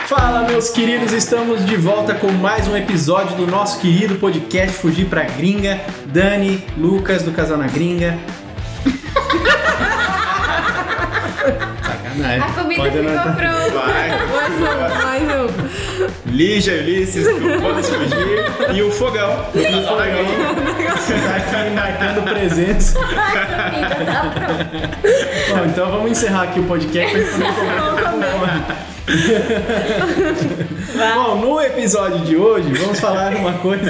Fala, meus queridos, estamos de volta com mais um episódio do nosso querido podcast Fugir pra Gringa. Dani, Lucas do Casal na Gringa. Sacanagem. A comida ficou pronta. Mais um. Lígia, Ulisses, vamos fugir. E o fogão. Vai ficar marcando presença. A comida tá pronta. Bom, então vamos encerrar aqui o podcast pra gente poder comer. Bom, no episódio de hoje vamos falar uma coisa.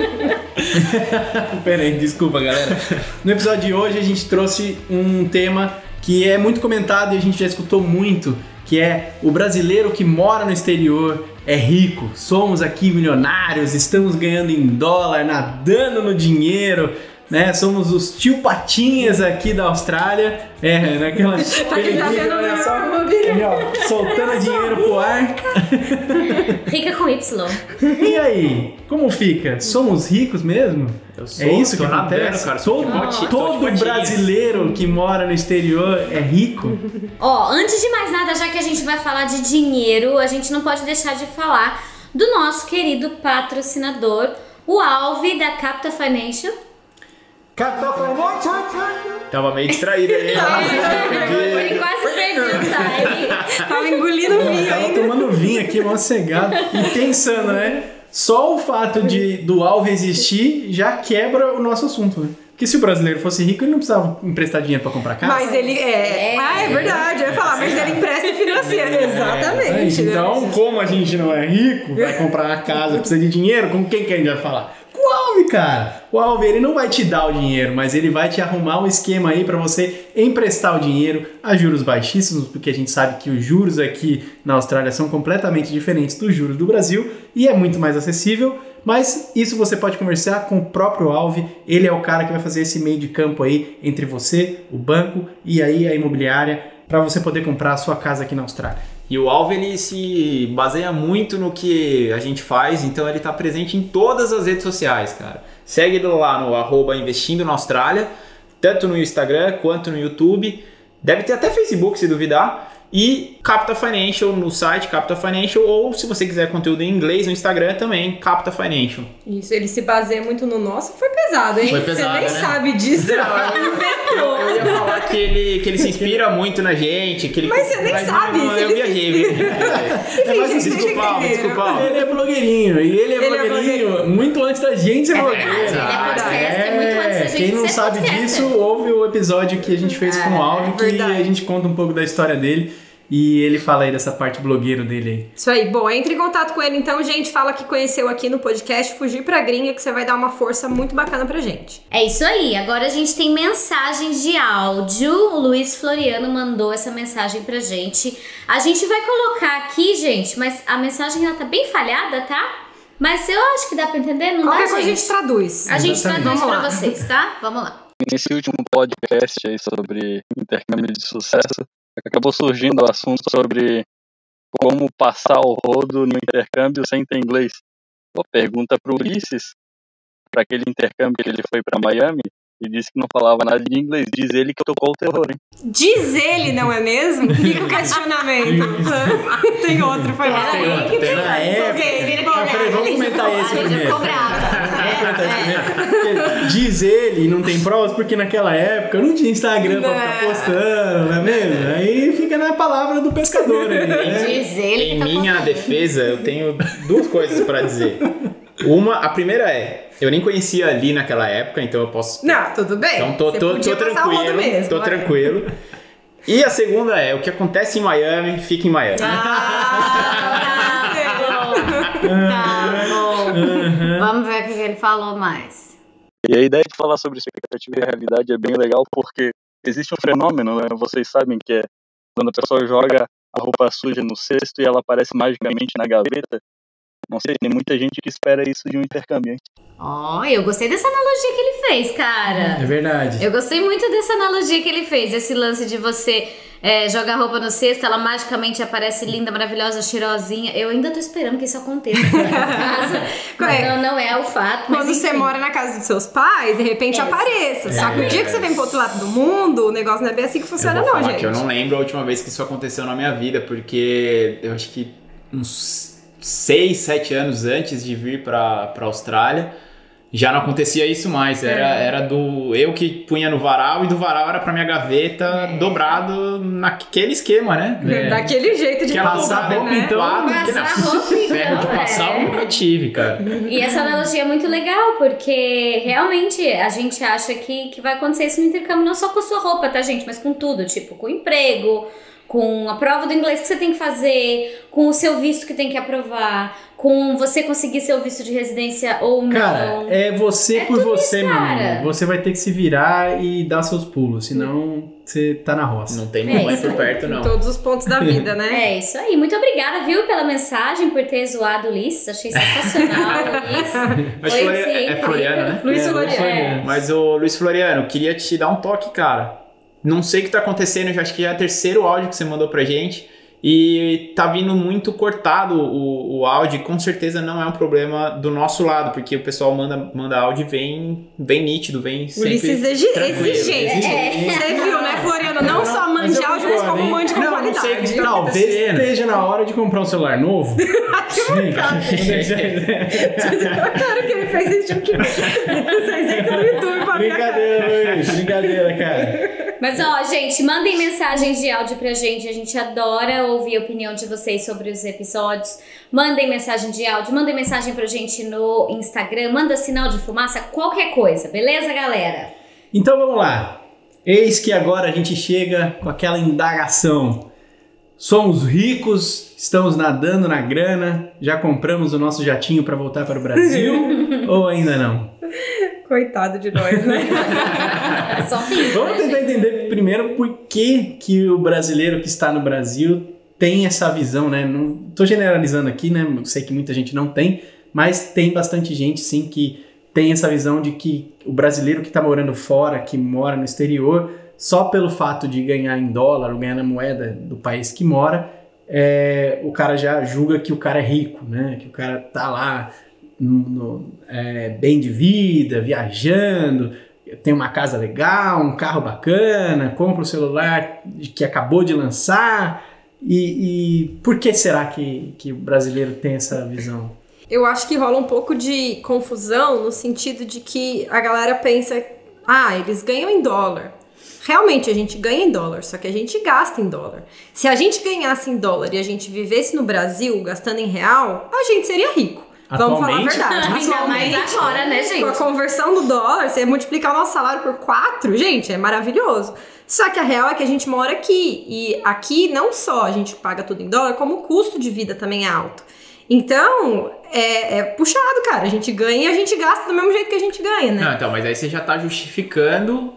Pera aí, desculpa, galera. No episódio de hoje a gente trouxe um tema que é muito comentado e a gente já escutou muito, que é o brasileiro que mora no exterior é rico. Somos aqui milionários, estamos ganhando em dólar, nadando no dinheiro, né? Somos os tio Patinhas aqui da Austrália. Naquela... soltando dinheiro pro ar. Rica com Y. E aí, como fica? Somos ricos mesmo? É isso que acontece? Cara, todo brasileiro que mora no exterior é rico? Ó, antes de mais nada, já que a gente vai falar de dinheiro, a gente não pode deixar de falar do nosso querido patrocinador, o Alvi da Capta Financial. Capta Financial! Tava meio distraído aí. Ele quase perdeu o time. Tava engolindo vinho Tava ainda. tomando vinho aqui, mó cegado. E pensando, né? Só o fato do Alvi existir já quebra o nosso assunto, né? Porque se o brasileiro fosse rico, ele não precisava emprestar dinheiro pra comprar casa. Mas ele é verdade, eu ia falar, mas ele empresta financeiro. Exatamente. Então, como a gente não é rico, vai comprar uma casa, precisa de dinheiro, com quem que a gente vai falar? Com o Alvi, cara. O Alvi, ele não vai te dar o dinheiro, mas ele vai te arrumar um esquema aí pra você emprestar o dinheiro a juros baixíssimos, porque a gente sabe que os juros aqui na Austrália são completamente diferentes dos juros do Brasil e é muito mais acessível. Mas isso você pode conversar com o próprio Alvi. Ele é o cara que vai fazer esse meio de campo aí entre você, o banco e aí a imobiliária para você poder comprar a sua casa aqui na Austrália. E o Alvi, ele se baseia muito no que a gente faz, então ele tá presente em todas as redes sociais, cara. Segue ele lá no @investindo na Austrália, tanto no Instagram quanto no YouTube. Deve ter até Facebook, se duvidar. E Capta Financial no site Capta Financial, ou se você quiser conteúdo em inglês no Instagram também, Capta Financial. Isso, ele se baseia muito no nosso. Foi pesado, hein? Foi pesado, Você nem né? sabe disso. Inventou. Eu ia falar que ele se inspira muito na gente. Que ele... Mas você nem sabe. Não, se eu ele viajei. Enfim, gente, vocês entenderam. Ele é blogueirinho, e ele é blogueirinho muito antes da gente ser blogueiro. Ele é podcaster muito antes da gente Quem não ser sabe podcaster. disso, ouve o episódio que a gente fez com o Alvi, que verdade. a gente conta um pouco da história dele. E ele fala aí dessa parte blogueiro dele aí. Isso aí. Bom, entre em contato com ele então, gente. Fala que conheceu aqui no podcast Fugir pra Gringa, que você vai dar uma força muito bacana pra gente. É isso aí, agora a gente tem mensagens de áudio. O Luiz Floriano mandou essa mensagem pra gente. A gente vai colocar aqui, gente, mas a mensagem ela tá bem falhada, tá? Mas eu acho que dá pra entender, não Qualquer dá, coisa a gente? gente traduz. A gente Exatamente. traduz Vamos pra lá. vocês, tá? Vamos lá. Nesse último podcast aí sobre intercâmbio de sucesso, acabou surgindo o assunto sobre como passar o rodo no intercâmbio sem ter inglês. Pô, pergunta pro Ulisses, para aquele intercâmbio que ele foi para Miami, e disse que não falava nada de inglês. Diz ele que tocou o terror, hein? Diz ele, não é mesmo? Fica o questionamento. Tem outro, foi lá. Na época. Peraí, vamos comentar esse A gente primeiro. ficou brava. Porque diz ele e não tem provas, porque naquela época não tinha Instagram pra ficar postando, não é mesmo? Aí fica na palavra do pescador ali, né? Diz ele que Em tá minha contando. defesa, eu tenho duas coisas pra dizer. A primeira é, eu nem conhecia ali naquela época, então eu posso... Não, tudo bem. Então tô Você podia passar o rodo tranquilo, mesmo, tô vai. tranquilo. E a segunda é, o que acontece em Miami, fica em Miami. Tá bom. Tá bom. Vamos ver o que ele falou mais. E a ideia de falar sobre expectativa e realidade é bem legal porque existe um fenômeno, né? Vocês sabem que é quando a pessoa joga a roupa suja no cesto e ela aparece magicamente na gaveta. Não sei, tem muita gente que espera isso de um intercâmbio, hein? Ó, eu gostei dessa analogia que ele fez, cara. É verdade. Eu gostei muito dessa analogia que ele fez. Esse lance de você jogar roupa no cesto, ela magicamente aparece linda, maravilhosa, cheirosinha. Eu ainda tô esperando que isso aconteça aqui na casa. Mas não é o fato. Quando você mora na casa dos seus pais, de repente apareça. Só que o dia que você vem pro outro lado do mundo, o negócio não é bem assim que funciona, Eu vou não, falar gente. que eu não lembro a última vez que isso aconteceu na minha vida, porque eu acho que uns 6, 7 anos antes de vir pra Austrália, já não acontecia isso mais. Era do eu que punha no varal e do varal era pra minha gaveta dobrado naquele esquema, né? Daquele jeito de passar roupa, né? então. Passar roupa, então, Ferro de passar eu nunca tive, cara. E essa analogia é muito legal, porque realmente a gente acha que vai acontecer isso no intercâmbio, não só com a sua roupa, tá, gente? Mas com tudo, tipo, com o emprego, com a prova do inglês que você tem que fazer, com o seu visto que tem que aprovar, com você conseguir seu visto de residência ou não. Cara, é você por tudo você, isso, meu cara. amigo. Você vai ter que se virar e dar seus pulos, senão você tá na roça. Não tem mamãe isso por aí. perto, Em não. todos os pontos da vida, né? É isso aí. Muito obrigada, viu, pela mensagem, por ter zoado o Ulisses. Achei sensacional, Ulisses. Mas Foi é Floriano, né? Luiz É, Floriano. Mas, ô Luiz Floriano, queria te dar um toque, cara. Não sei o que tá acontecendo, eu acho que já é o terceiro áudio que você mandou pra gente. E tá vindo muito cortado o áudio, e com certeza não é um problema do nosso lado, porque o pessoal manda áudio e vem nítido, vem sempre Ulisses tranquilo. exigente. Você viu, né, Floriano? Não só mande áudio, mas como mande com não sei qualidade. que talvez esteja na hora de comprar um celular novo. Cara, que ele fez esse tipo que vocês entram no YouTube pra ver a cara. Brincadeira, Luiz. Brincadeira, cara. Mas ó, gente, mandem mensagens de áudio pra gente. A gente adora ouvir a opinião de vocês sobre os episódios. Mandem mensagem de áudio, mandem mensagem pra gente no Instagram, manda sinal de fumaça, qualquer coisa, beleza, galera? Então vamos lá. Eis que agora a gente chega com aquela indagação. Somos ricos, estamos nadando na grana, já compramos o nosso jatinho para voltar para o Brasil ou ainda não? Coitado de nós, né? Só fica, Vamos né, tentar gente? entender primeiro por que o brasileiro que está no Brasil tem essa visão, né? Não tô generalizando aqui, né? Eu sei que muita gente não tem, mas tem bastante gente sim que tem essa visão de que o brasileiro que está morando fora, que mora no exterior, só pelo fato de ganhar em dólar ou ganhar na moeda do país que mora, o cara já julga que o cara é rico, né? Que o cara tá lá bem de vida, viajando, tem uma casa legal, um carro bacana, compra o celular que acabou de lançar. E por que será que o brasileiro tem essa visão? Eu acho que rola um pouco de confusão no sentido de que a galera pensa, eles ganham em dólar. Realmente a gente ganha em dólar, só que a gente gasta em dólar. Se a gente ganhasse em dólar e a gente vivesse no Brasil gastando em real, a gente seria rico. Vamos falar a Atualmente? verdade. Ainda mais agora, né, gente? Com a conversão do dólar, você multiplicar o nosso salário por 4, gente, é maravilhoso. Só que a real é que a gente mora aqui. E aqui não só a gente paga tudo em dólar, como o custo de vida também é alto. Então, é puxado, cara. A gente ganha e a gente gasta do mesmo jeito que a gente ganha, né? Não, então, mas aí você já tá justificando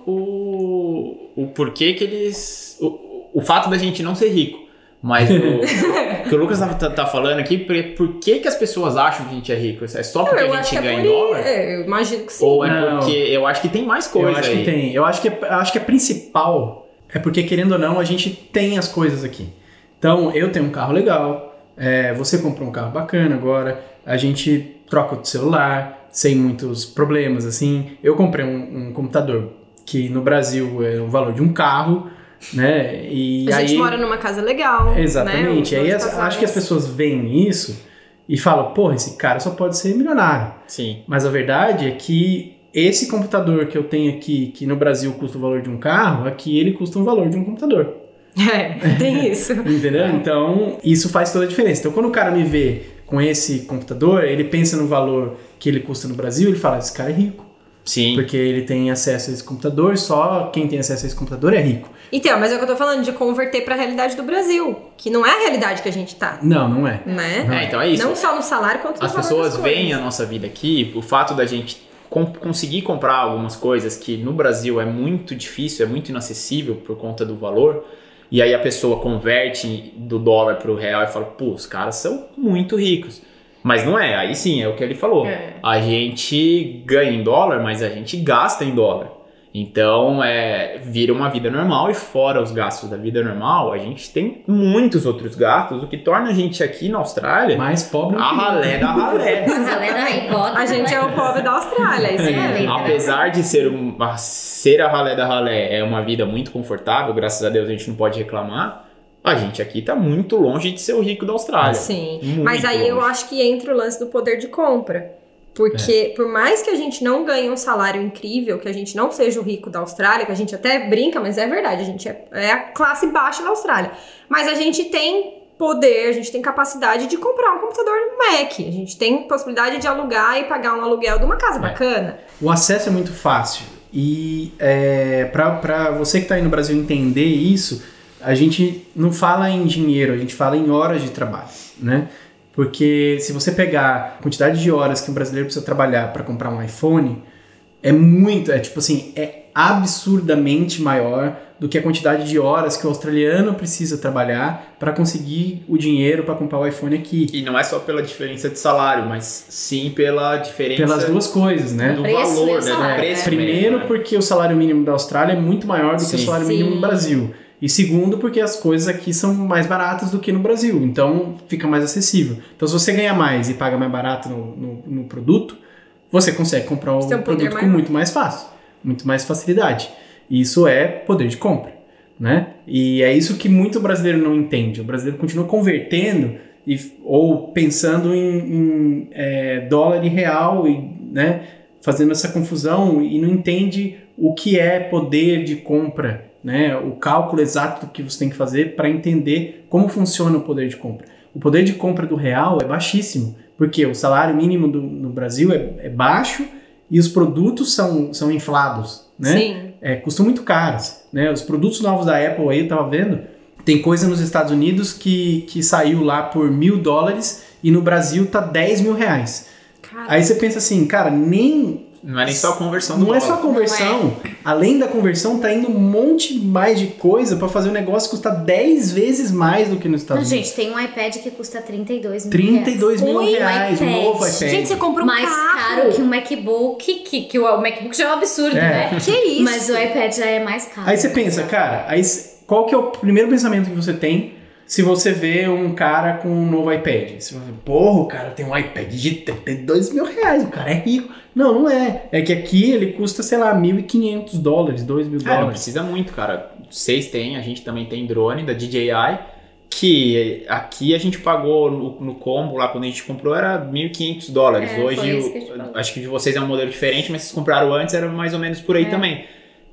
o porquê que eles... O fato da gente não ser rico. Mas o que o Lucas tá falando aqui, por que as pessoas acham que a gente é rico? É só porque a gente ganha em dólar? Eu imagino que sim. Ou é Não. porque eu acho que tem mais coisa Eu acho aí. que tem. Eu acho que a principal é porque, querendo ou não, a gente tem as coisas aqui. Então, eu tenho um carro legal, você comprou um carro bacana agora, a gente troca o celular sem muitos problemas, assim. Eu comprei um computador que no Brasil é o valor de um carro, né? E A gente aí, mora numa casa legal. exatamente. Né? Aí acho que as pessoas veem isso e falam, porra, esse cara só pode ser milionário. Sim. Mas a verdade é que esse computador que eu tenho aqui, que no Brasil custa o valor de um carro, aqui ele custa o valor de um computador. Tem isso. Entendeu? Então, isso faz toda a diferença. Então, quando o cara me vê com esse computador, ele pensa no valor que ele custa no Brasil, ele fala, esse cara é rico. Sim. Porque ele tem acesso a esse computador, só quem tem acesso a esse computador é rico. Então, mas é o que eu tô falando, de converter pra realidade do Brasil. Que não é a realidade que a gente tá. Não, não é. Né? Então é isso. Não só no salário, quanto no As valor pessoas das veem coisas. a nossa vida aqui, o fato da gente conseguir comprar algumas coisas que no Brasil é muito difícil, é muito inacessível por conta do valor, e aí a pessoa converte do dólar pro real e fala, pô, os caras são muito ricos. Mas não é, aí sim, é o que ele falou. A gente ganha em dólar, mas a gente gasta em dólar. Então, vira uma vida normal, e fora os gastos da vida normal, a gente tem muitos outros gastos, o que torna a gente aqui na Austrália Mais pobre a ralé da ralé. A gente é o pobre da Austrália, isso é. Apesar de ser a ralé da ralé, é uma vida muito confortável, graças a Deus a gente não pode reclamar, A gente aqui tá muito longe de ser o rico da Austrália. Sim, Muito mas aí eu longe. acho que entra o lance do poder de compra. Porque por mais que a gente não ganhe um salário incrível, que a gente não seja o rico da Austrália, que a gente até brinca, mas é verdade, a gente é a classe baixa da Austrália. Mas a gente tem poder, a gente tem capacidade de comprar um computador Mac. A gente tem possibilidade de alugar e pagar um aluguel de uma casa bacana. O acesso é muito fácil. E para você que está aí no Brasil entender isso, a gente não fala em dinheiro, a gente fala em horas de trabalho, né? Porque se você pegar a quantidade de horas que um brasileiro precisa trabalhar para comprar um iPhone, é absurdamente maior do que a quantidade de horas que o australiano precisa trabalhar para conseguir o dinheiro para comprar o iPhone aqui. E não é só pela diferença de salário, mas sim pela diferença Pelas duas coisas, né? do Preço valor, e o né? Do salário. preço Primeiro, mesmo, né? porque o salário mínimo da Austrália é muito maior do que o Sim. salário mínimo no Brasil. E segundo, porque as coisas aqui são mais baratas do que no Brasil, então fica mais acessível. Então, se você ganha mais e paga mais barato no produto, você consegue comprar o Você tem um poder produto com maior. muito mais fácil, muito mais facilidade. E isso é poder de compra, né? E é isso que muito brasileiro não entende. O brasileiro continua convertendo ou pensando em dólar e real, né? Fazendo essa confusão e não entende o que é poder de compra, né? O cálculo exato do que você tem que fazer para entender como funciona o poder de compra. O poder de compra do real é baixíssimo, porque o salário mínimo no Brasil é baixo e os produtos são inflados, né? Sim. Custam muito caros, né? Os produtos novos da Apple aí, eu tava vendo, tem coisa nos Estados Unidos que saiu lá por $1.000 e no Brasil tá R$10 mil. Cara, Aí você pensa assim, cara, Não é nem só a conversão do não é dólar. só a conversão. Além da conversão, tá indo um monte mais de coisa pra fazer o negócio custar 10 vezes mais do que nos Então, Estados Unidos. gente, tem um iPad que custa 32 mil 32 mil Oi, reais, um iPad. novo iPad. gente, você comprou um Mais carro. caro que um MacBook, que o MacBook já é um absurdo, né? Que isso? Mas o iPad já é mais caro. Aí você pensa, cara, qual que é o primeiro pensamento que você tem se você vê um cara com um novo iPad? Você vai, porra, o cara tem um iPad de 32 mil reais, o cara é rico. Não é. É que aqui ele custa, sei lá, $1.500, $2.000. Não precisa muito, cara. Vocês têm, a gente também tem drone da DJI, que aqui a gente pagou no combo lá, quando a gente comprou, era $1.500. Foi Hoje, isso que a gente pagou. acho que de vocês é um modelo diferente, mas vocês compraram antes, era mais ou menos por aí também.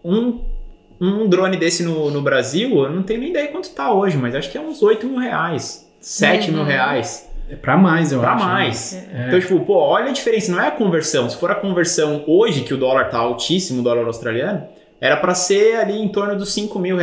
Um drone desse no Brasil, eu não tenho nem ideia quanto tá hoje, mas acho que é uns $8 mil, $7 mil. É pra mais, eu Pra acho. né? mais. Então, tipo, pô, olha a diferença. Não é a conversão. Se for a conversão hoje, que o dólar tá altíssimo, o dólar australiano, era pra ser ali em torno dos $5 mil.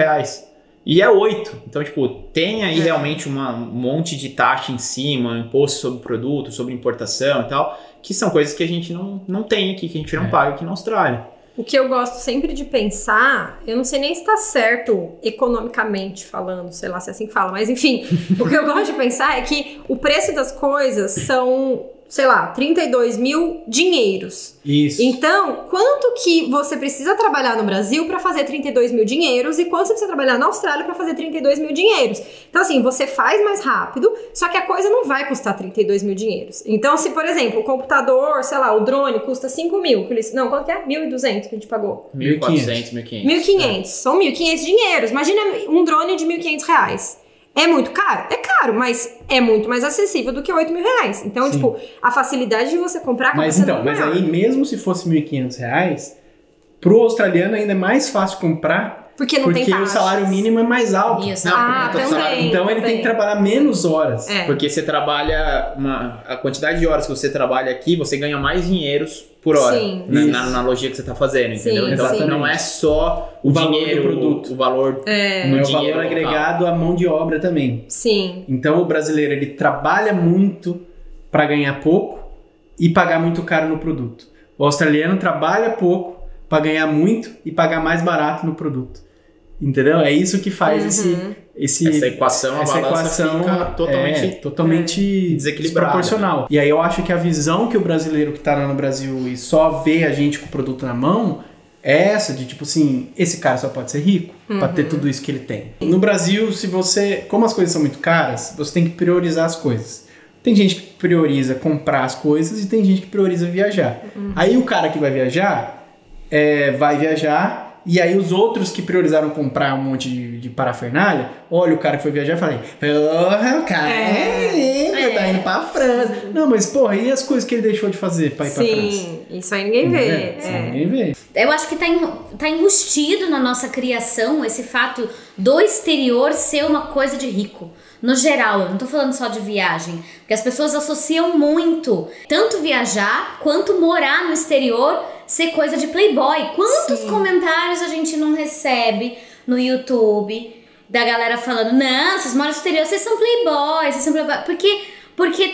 E é 8. Então, tipo, tem aí realmente um monte de taxa em cima, imposto sobre produto, sobre importação e tal, que são coisas que a gente não tem aqui, que a gente não paga aqui na Austrália. O que eu gosto sempre de pensar, eu não sei nem se tá certo economicamente falando, sei lá se é assim que fala, mas enfim, o que eu gosto de pensar é que o preço das coisas são, sei lá, 32 mil dinheiros. Isso. Então, quanto que você precisa trabalhar no Brasil para fazer 32 mil dinheiros e quanto você precisa trabalhar na Austrália para fazer 32 mil dinheiros? Então, assim, você faz mais rápido, só que a coisa não vai custar 32 mil dinheiros. Então, se, por exemplo, o computador, sei lá, o drone custa 5 mil, não, quanto que é? 1.200 que a gente pagou. 1.400, 1.500. 1.500, são 1.500 dinheiros. Imagina um drone de 1.500 reais. É muito caro? É caro, mas é muito mais acessível do que 8 mil reais. Então, Sim. tipo, a facilidade de você comprar acaba Mas sendo então, muito mas maior. aí mesmo se fosse R$1.500, pro australiano ainda é mais fácil comprar, Porque não tem porque o taxas. salário mínimo é mais alto. Isso. Não, Ah, por conta do salário. também. Então ele tem que trabalhar menos horas. É. Porque você trabalha, a quantidade de horas que você trabalha aqui, você ganha mais dinheiros por hora. Sim. Né, Isso. na analogia que você está fazendo, entendeu? Sim, Então sim. não é só o valor dinheiro, do produto. o valor Não é o dinheiro valor local. agregado à mão de obra também. Sim. Então o brasileiro ele trabalha muito para ganhar pouco e pagar muito caro no produto. O australiano trabalha pouco para ganhar muito e pagar mais barato no produto. Entendeu? É isso que faz Essa equação, a balança fica totalmente desequilibrada, desproporcional. E aí eu acho que a visão que o brasileiro que tá lá no Brasil e só vê a gente com o produto na mão é essa de tipo assim, esse cara só pode ser rico pra ter tudo isso que ele tem. No Brasil, como as coisas são muito caras, você tem que priorizar as coisas. Tem gente que prioriza comprar as coisas e tem gente que prioriza viajar. Aí o cara que vai viajar e aí os outros que priorizaram comprar um monte de parafernália, olha o cara que foi viajar e falei, porra, o cara tá indo pra França. Não, mas porra, e as coisas que ele deixou de fazer pra ir pra França? Sim, isso aí ninguém vê. Isso aí ninguém vê. Eu acho que tá enrustido na nossa criação esse fato do exterior ser uma coisa de rico. No geral, eu não tô falando só de viagem, porque as pessoas associam muito tanto viajar quanto morar no exterior ser coisa de playboy. Quantos comentários a gente não recebe no YouTube da galera falando, não, vocês moram no exterior, vocês são playboys, vocês são playboys. Porque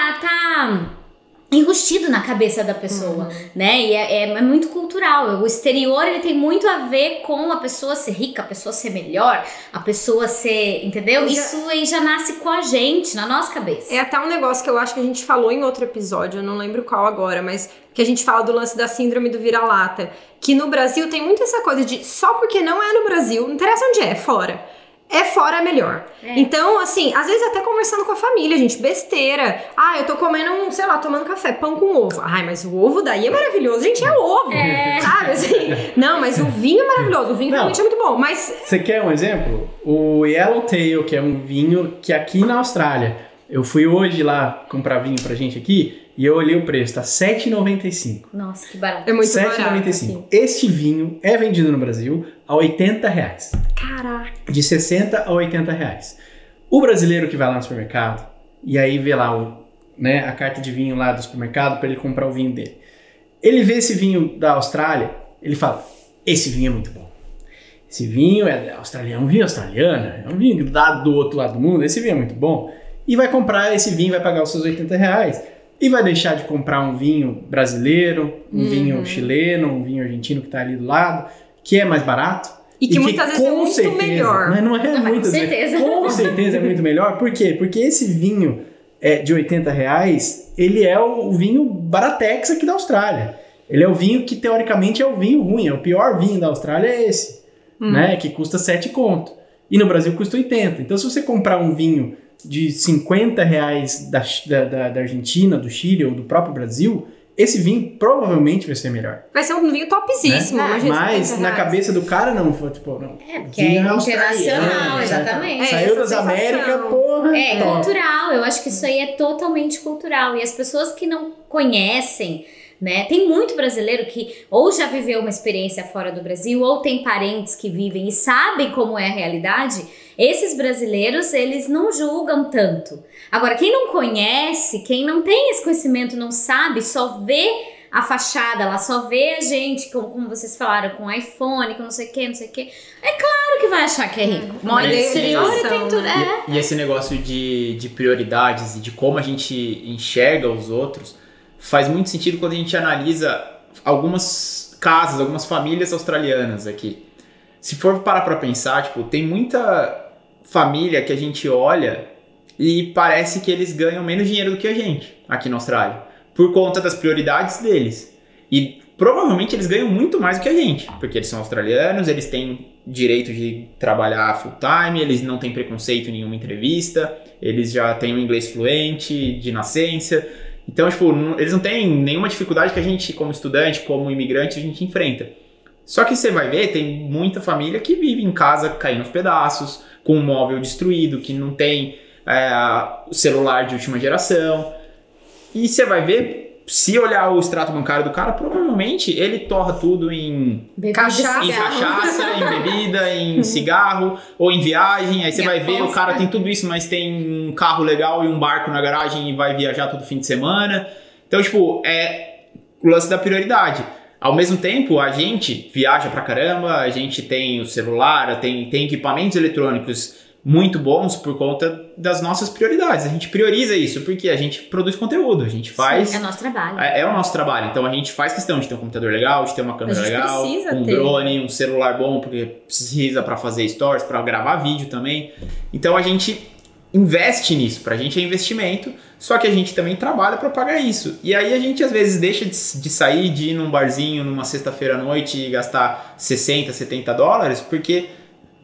tá enrustido na cabeça da pessoa, né? E é muito cultural. O exterior, ele tem muito a ver com a pessoa ser rica, a pessoa ser melhor, a pessoa ser, entendeu? Isso aí já nasce com a gente, na nossa cabeça. É até um negócio que eu acho que a gente falou em outro episódio, eu não lembro qual agora, mas que a gente fala do lance da síndrome do vira-lata, que no Brasil tem muito essa coisa de só porque não é no Brasil, não interessa onde é fora. É fora é melhor. Então, assim, às vezes até conversando com a família, gente, besteira. Ah, eu tô comendo sei lá, tomando café, pão com ovo. Ai, mas o ovo daí é maravilhoso. Gente, é ovo. Sabe, assim? Não, mas o vinho é maravilhoso. O vinho realmente é muito bom, mas... Você quer um exemplo? O Yellowtail, que é um vinho que aqui na Austrália, eu fui hoje lá comprar vinho pra gente aqui, e eu olhei o preço, tá R$7,95. Nossa, que barato. É muito barato. R$7,95. Este vinho é vendido no Brasil a R$80. Caraca. De R$60 a R$80. O brasileiro que vai lá no supermercado, e aí vê lá a carta de vinho lá do supermercado para ele comprar o vinho dele. Ele vê esse vinho da Austrália, ele fala, esse vinho é muito bom. Esse vinho é australiano, um vinho australiano, é um vinho do outro lado do mundo, esse vinho é muito bom. E vai comprar esse vinho, vai pagar os seus R$80. E vai deixar de comprar um vinho brasileiro, um vinho chileno, um vinho argentino que tá ali do lado, que é mais barato. E que muitas vezes é muito melhor. Mas não é muitas vezes. Com certeza é muito melhor. Por quê? Porque esse vinho de R$80, ele é o vinho Baratex aqui da Austrália. Ele é o vinho que, teoricamente, é o vinho ruim. É o pior vinho da Austrália é esse, né? Que custa 7 conto. E no Brasil custa 80. Então, se você comprar um vinho de R$50 da Argentina, do Chile ou do próprio Brasil, esse vinho provavelmente vai ser melhor. Vai ser um vinho topzíssimo. Né? Mas na cabeça do cara não foi tipo, não. Porque é internacional, exatamente. Saiu das Américas, porra. É cultural, eu acho que isso aí é totalmente cultural. E as pessoas que não conhecem, né? Tem muito brasileiro que ou já viveu uma experiência fora do Brasil, ou tem parentes que vivem e sabem como é a realidade. Esses brasileiros, eles não julgam tanto. Agora, quem não conhece, quem não tem esse conhecimento, não sabe, só vê a fachada lá, só vê a gente, como vocês falaram, com iPhone, com não sei o que, é claro que vai achar que é rico. Mora no exterior e tem tudo. E esse negócio de prioridades e de como a gente enxerga os outros faz muito sentido quando a gente analisa algumas casas, algumas famílias australianas aqui. Se for parar pra pensar, tipo, tem muita família que a gente olha e parece que eles ganham menos dinheiro do que a gente aqui na Austrália, por conta das prioridades deles. E provavelmente eles ganham muito mais do que a gente, porque eles são australianos, eles têm direito de trabalhar full time, eles não têm preconceito em nenhuma entrevista, eles já têm um inglês fluente de nascença. Então, tipo, eles não têm nenhuma dificuldade que a gente, como estudante, como imigrante, a gente enfrenta. Só que você vai ver, tem muita família que vive em casa caindo aos pedaços, com um móvel destruído, que não tem celular de última geração. E você vai ver, se olhar o extrato bancário do cara, provavelmente ele torra tudo em cachaça, em bebida, em cigarro, ou em viagem. Aí você vai ver, o cara tem tudo isso, mas tem um carro legal e um barco na garagem e vai viajar todo fim de semana. Então, tipo, é o lance da prioridade. Ao mesmo tempo, a gente viaja pra caramba, a gente tem o celular, tem equipamentos eletrônicos muito bons por conta das nossas prioridades. A gente prioriza isso porque a gente produz conteúdo, a gente faz... Sim, é o nosso trabalho. É o nosso trabalho. Então a gente faz questão de ter um computador legal, de ter uma câmera legal, um drone, um celular bom, porque precisa pra fazer stories, pra gravar vídeo também. Então a gente investe nisso, pra gente é investimento, só que a gente também trabalha pra pagar isso. E aí a gente às vezes deixa de sair, de ir num barzinho numa sexta-feira à noite e gastar $60, $70, porque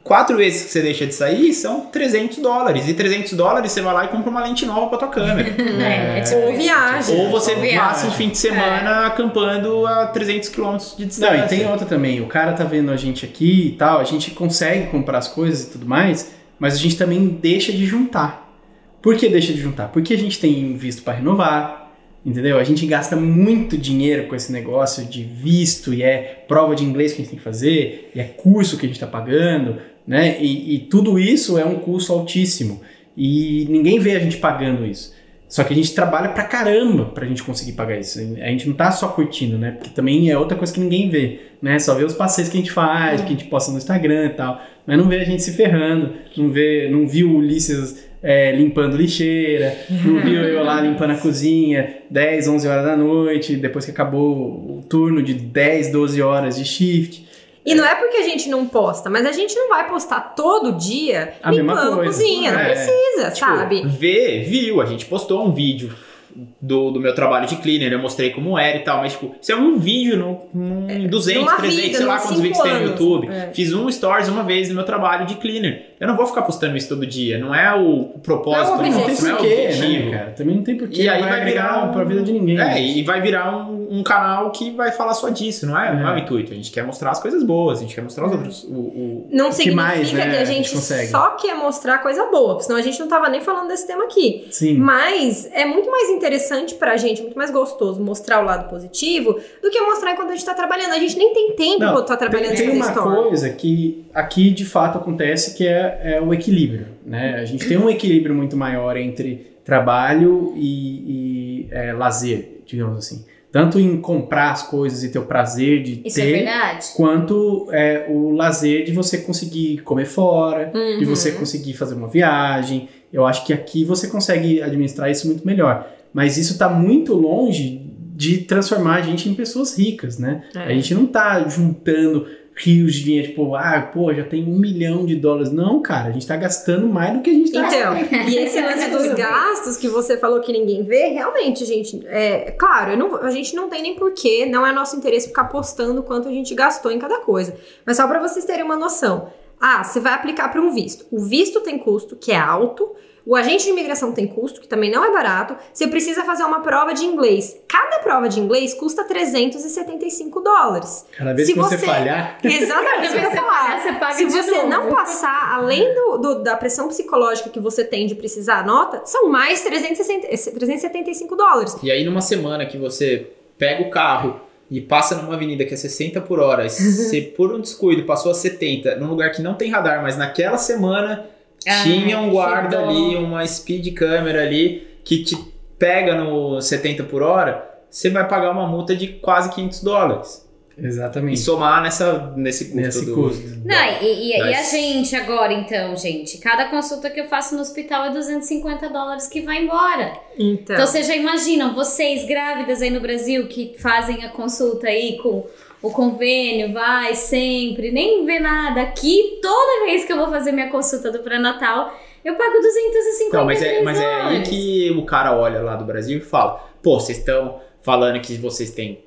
4 vezes que você deixa de sair são $300. E $300 você vai lá e compra uma lente nova pra tua câmera. Ou viagem. Ou você Ou passa um viagem. fim de semana acampando a 300 km de distância. Não, e tem outra também. O cara tá vendo a gente aqui e tal, a gente consegue comprar as coisas e tudo mais, mas a gente também deixa de juntar. Por que deixa de juntar? Porque a gente tem visto para renovar, entendeu? A gente gasta muito dinheiro com esse negócio de visto, e é prova de inglês que a gente tem que fazer, e é curso que a gente tá pagando, né? E tudo isso é um custo altíssimo. E ninguém vê a gente pagando isso. Só que a gente trabalha pra caramba pra gente conseguir pagar isso. A gente não tá só curtindo, né? Porque também é outra coisa que ninguém vê, né? Só vê os passeios que a gente faz, que a gente posta no Instagram e tal. Mas não vê a gente se ferrando, não viu o Ulisses limpando lixeira, não viu eu lá limpando a cozinha 10, 11 horas da noite, depois que acabou o turno de 10, 12 horas de shift. E não é porque a gente não posta, mas a gente não vai postar todo dia A mesma limpando coisa. cozinha, não precisa, sabe? Viu, a gente postou um vídeo do meu trabalho de cleaner, eu mostrei como era e tal, mas tipo, isso é um vídeo num 200, numa 300, vida, sei lá nos quantos vídeos 5 tem no anos. YouTube. É. Fiz um stories uma vez no meu trabalho de cleaner. Eu não vou ficar postando isso todo dia, não é o propósito, Não é o Não tem objetivo. não é o porquê, objetivo. né, cara? Também não tem porquê. E aí vai virar pra vida de ninguém. E vai virar um canal que vai falar só disso, não é o intuito. A gente quer mostrar as coisas boas, a gente quer mostrar os outros. Não que significa mais, né, que a a gente gente consegue? só quer mostrar coisa boa, porque senão a gente não tava nem falando desse tema aqui. Sim. Mas é muito mais interessante pra gente, muito mais gostoso mostrar o lado positivo do que mostrar enquanto a gente tá trabalhando. A gente nem tem tempo Não, enquanto tá trabalhando tem de fazer uma story. coisa que aqui de fato acontece, que é o equilíbrio, né? A gente tem um equilíbrio muito maior entre trabalho e lazer, digamos assim. Tanto em comprar as coisas e ter o prazer de Isso é ter, verdade? quanto o lazer de você conseguir comer fora, de você conseguir fazer uma viagem. Eu acho que aqui você consegue administrar isso muito melhor. Mas isso tá muito longe de transformar a gente em pessoas ricas, né? A gente não tá juntando rios de dinheiro, tipo, já tem $1 milhão. Não, cara, a gente tá gastando mais do que a gente tá Então, e esse lance dos gastos que você falou que ninguém vê, realmente, gente, claro, a gente não tem nem porquê, não é nosso interesse ficar postando quanto a gente gastou em cada coisa. Mas só pra vocês terem uma noção. Você vai aplicar para um visto. O visto tem custo, que é alto. O agente de imigração tem custo, que também não é barato. Você precisa fazer uma prova de inglês. Cada prova de inglês custa $375. Cada vez que você falhar... Exatamente, isso que eu ia falar. Você paga Se de você novo. não passar, além da pressão psicológica que você tem de precisar a nota, são mais $375. E aí numa semana que você pega o carro e passa numa avenida que é 60 por hora, e você por um descuido passou a 70, num lugar que não tem radar, mas naquela semana tinha um guarda que dó. ali, uma speed camera ali, que te pega no 70 por hora, você vai pagar uma multa de quase $500. E Exatamente. somar nesse custo. Nesse custo. Não, e a Mas- gente agora, então, gente? Cada consulta que eu faço no hospital é $250 que vai embora. Então, Então, vocês já imaginam, vocês grávidas aí no Brasil que fazem a consulta aí com o convênio, vai sempre, nem vê nada. Aqui, toda vez que eu vou fazer minha consulta do pré-natal, eu pago $253. Então, mas é aí que o cara olha lá do Brasil e fala, pô, vocês estão falando que vocês têm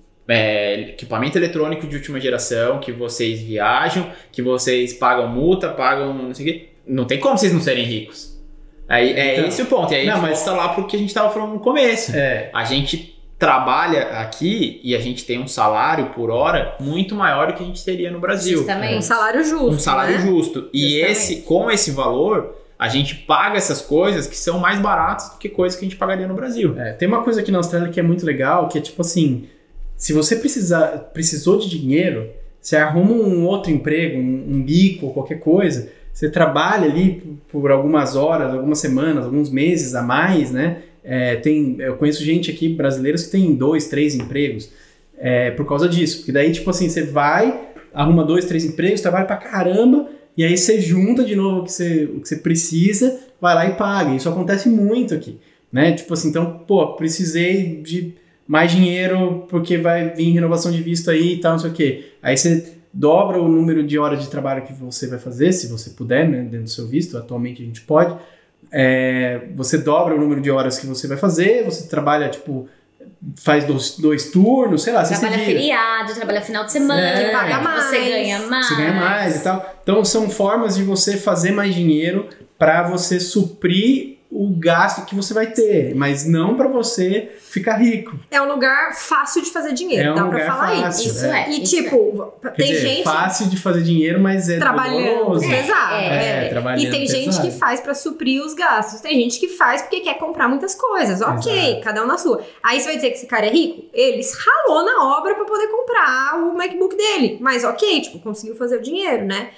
equipamento eletrônico de última geração, que vocês viajam, que vocês pagam multa, pagam não sei o quê. Não tem como vocês não serem ricos. Aí, Então, esse o ponto. E aí não, a gente mas- volta lá pro que a gente tava falando no começo. A gente trabalha aqui e a gente tem um salário por hora muito maior do que a gente teria no Brasil. Justamente. um salário justo. Um salário né? justo. E Justamente. com esse valor, a gente paga essas coisas que são mais baratas do que coisas que a gente pagaria no Brasil. Tem uma coisa aqui na Austrália que é muito legal, que é tipo assim, se você precisou de dinheiro, você arruma um outro emprego, um bico ou qualquer coisa, você trabalha ali por algumas horas, algumas semanas, alguns meses a mais, né? Eu conheço gente aqui, brasileiros, que tem 2, 3 empregos por causa disso. Porque daí, tipo assim, você vai, arruma 2, 3 empregos, trabalha pra caramba, e aí você junta de novo o que você precisa, vai lá e paga. Isso acontece muito aqui, né? Tipo assim, então, precisei de mais dinheiro porque vai vir renovação de visto aí e tal, não sei o quê. Aí você dobra o número de horas de trabalho que você vai fazer, se você puder, né, dentro do seu visto. Atualmente a gente pode. Você dobra o número de horas que você vai fazer, você trabalha, tipo, faz dois turnos, sei lá. Trabalha feriado, trabalha final de semana, paga mais. Você ganha mais. Você ganha mais e tal. Então são formas de você fazer mais dinheiro para você suprir o gasto que você vai ter, mas não para você ficar rico. É um lugar fácil de fazer dinheiro, dá pra falar fácil, isso. Isso E tipo, tem gente fácil de fazer dinheiro, mas é trabalhando doloroso. pesado. Trabalhando E tem gente pesado. que faz pra suprir os gastos. Tem gente que faz porque quer comprar muitas coisas. Ok, Exato. cada um na sua. Aí você vai dizer que esse cara é rico? Ele ralou na obra pra poder comprar o MacBook dele. Mas ok, tipo, conseguiu fazer o dinheiro, né?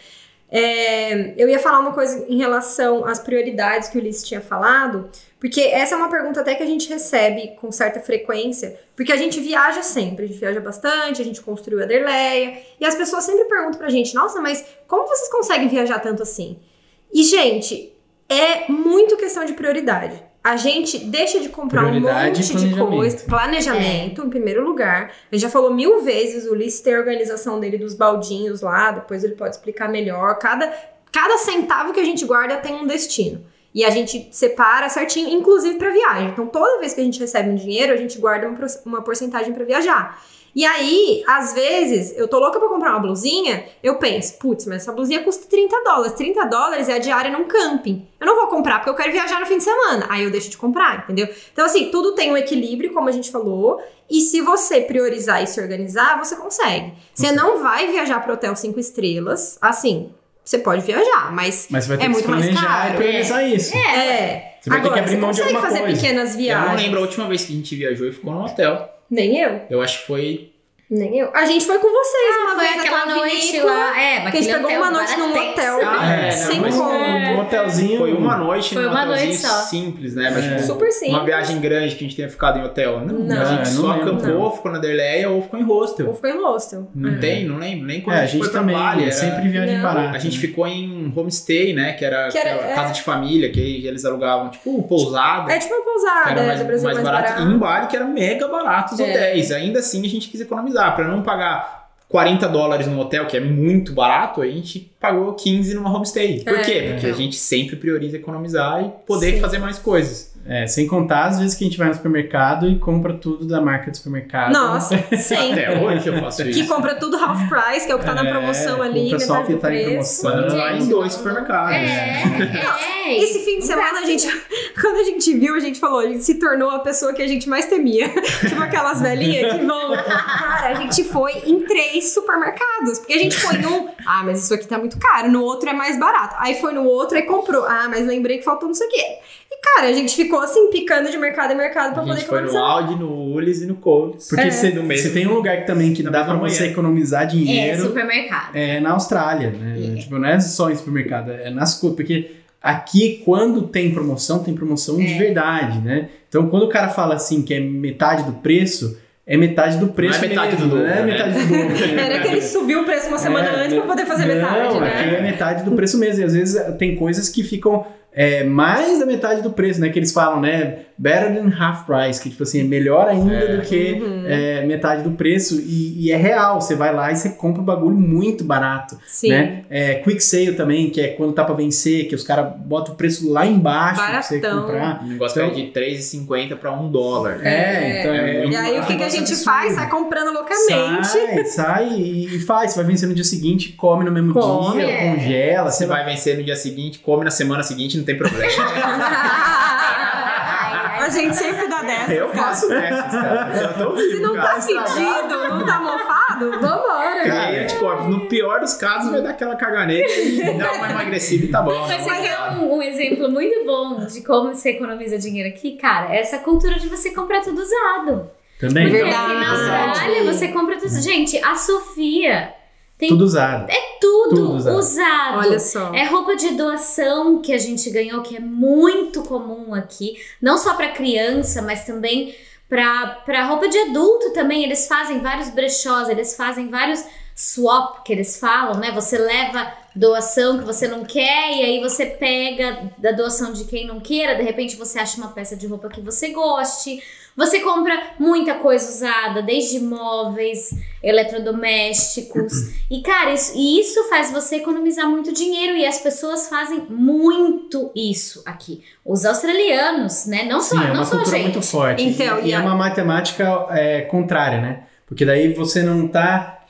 Eu ia falar uma coisa em relação às prioridades que o Ulisses tinha falado, porque essa é uma pergunta até que a gente recebe com certa frequência, porque a gente viaja sempre, a gente viaja bastante, a gente construiu a Derleia, e as pessoas sempre perguntam pra gente, nossa, mas como vocês conseguem viajar tanto assim? E, gente, é muito questão de prioridade. A gente deixa de comprar um Prioridade monte e de coisa. Planejamento, em primeiro lugar. A gente já falou 1000 vezes, o Ulisses tem a organização dele dos baldinhos lá, depois ele pode explicar melhor. Cada centavo que a gente guarda tem um destino. E a gente separa certinho, inclusive para viagem. Então, toda vez que a gente recebe um dinheiro, a gente guarda uma porcentagem para viajar. E aí, às vezes, eu tô louca pra comprar uma blusinha, eu penso, putz, mas essa blusinha custa $30. $30 é a diária num camping. Eu não vou comprar porque eu quero viajar no fim de semana. Aí eu deixo de comprar, entendeu? Então, assim, tudo tem um equilíbrio, como a gente falou. E se você priorizar e se organizar, você consegue. Você não vai viajar pro hotel 5 estrelas, assim, você pode viajar, mas você vai ter é que muito mais planejar caro. e priorizar isso. Você vai ter que abrir mão de consegue alguma fazer coisa. pequenas Eu viagens. não lembro a última vez que a gente viajou e ficou no hotel. Nem eu. Eu acho que foi... Nem eu. A gente foi com vocês uma Foi vez aquela naquela noite vinícola, lá. que a gente pegou uma noite num hotel sem mas como. Um hotelzinho. Foi uma noite Foi num uma hotelzinho noite só. simples, né? Mas, tipo, Super simples. uma viagem grande que a gente tenha ficado em hotel. Não, a gente não só lembro, acampou, não. ficou na Derleia ou ficou em hostel. Ou ficou em hostel. Não tem, não lembro. Nem quando A a gente gente foi pra também, Bali. Era... sempre viagem Não. barata. A gente ficou em homestay, né? Que era era- casa de família, que eles alugavam, tipo, pousada. É tipo uma Que pousada, era do Brasil mais barato. E em Bali, que era mega barato os hotéis. Ainda assim, a gente quis economizar. Pra não pagar $40 no hotel, que é muito barato, a gente pagou 15 numa homestay. Por quê? Porque a gente sempre prioriza economizar e poder Sim. fazer mais coisas. Sem contar as vezes que a gente vai no supermercado e compra tudo da marca do supermercado. Nossa, sempre. Até hoje eu faço Que isso. compra tudo half price, que é o que tá na promoção ali, compra só o metade que do tá em preço. promoção. Quando vai em 2 supermercados. Esse fim de semana, quando a gente viu, a gente falou, a gente se tornou a pessoa que a gente mais temia. Tipo aquelas velhinhas que vão... Cara, a gente foi em 3 supermercados. Porque a gente foi em um... Ah, mas isso aqui tá muito caro. No outro é mais barato. Aí foi no outro e comprou. Ah, mas lembrei que faltou não sei o quê. E, cara, a gente ficou assim, picando de mercado em mercado pra A poder gente foi no economizar. Audi, no Ulis e no Coles. Porque você no mesmo- tem um lugar que também que na dá mesma pra você manhã. economizar dinheiro. Supermercado. É na Austrália, né? Tipo, não é só em supermercado, é nas coisas. Porque aqui, quando tem promoção de verdade, né? Então, quando o cara fala assim que é metade do preço, é metade do preço. Não é metade mesmo, do dobro, não é né? metade do dobro. Era que ele subiu o preço uma semana antes pra poder fazer metade, Não, né? aqui é metade do preço mesmo. E às vezes tem coisas que ficam mais da metade do preço, né? Que eles falam, né? Better than half price, que tipo assim, é melhor ainda do que metade do preço. E é real, você vai lá e você compra um bagulho muito barato. Sim. Né? Quick sale também, que é quando tá pra vencer, que os caras botam o preço lá embaixo pra você Baratão. comprar. O negócio Então- é de $3,50 pra $1. Então E aí o que a gente faz? Sai comprando loucamente. Sai e faz. Você vai vencer no dia seguinte, come no mesmo Come, dia, congela. Você vai vencer no dia seguinte, come na semana seguinte, não tem problema. A gente sempre dá dessa. Eu faço dessas, cara. Eu tô vivo, Se não tá cara. fedido, não tá mofado, vambora. Ganhei anticorpos. No pior dos casos, vai dar aquela caganeta e dar uma emagrecida e tá bom. Mas você quer um exemplo muito bom de como você economiza dinheiro aqui? Cara, essa cultura de você comprar tudo usado. Também. Verdade. Aqui na Austrália, você compra tudo. Gente, a Sofia tem Tudo usado. tudo tudo usado. usado. Olha só. É roupa de doação que a gente ganhou, que é muito comum aqui. Não só pra criança, mas também pra roupa de adulto também. Eles fazem vários brechós, eles fazem vários swap, que eles falam, né? Você leva doação que você não quer, e aí você pega da doação de quem não queira, de repente você acha uma peça de roupa que você goste, você compra muita coisa usada, desde móveis, eletrodomésticos, e cara, isso faz você economizar muito dinheiro, e as pessoas fazem muito isso aqui. Os australianos, né, não só a gente. Sim, é uma cultura muito forte, então, e é uma matemática contrária, né, porque daí você não tá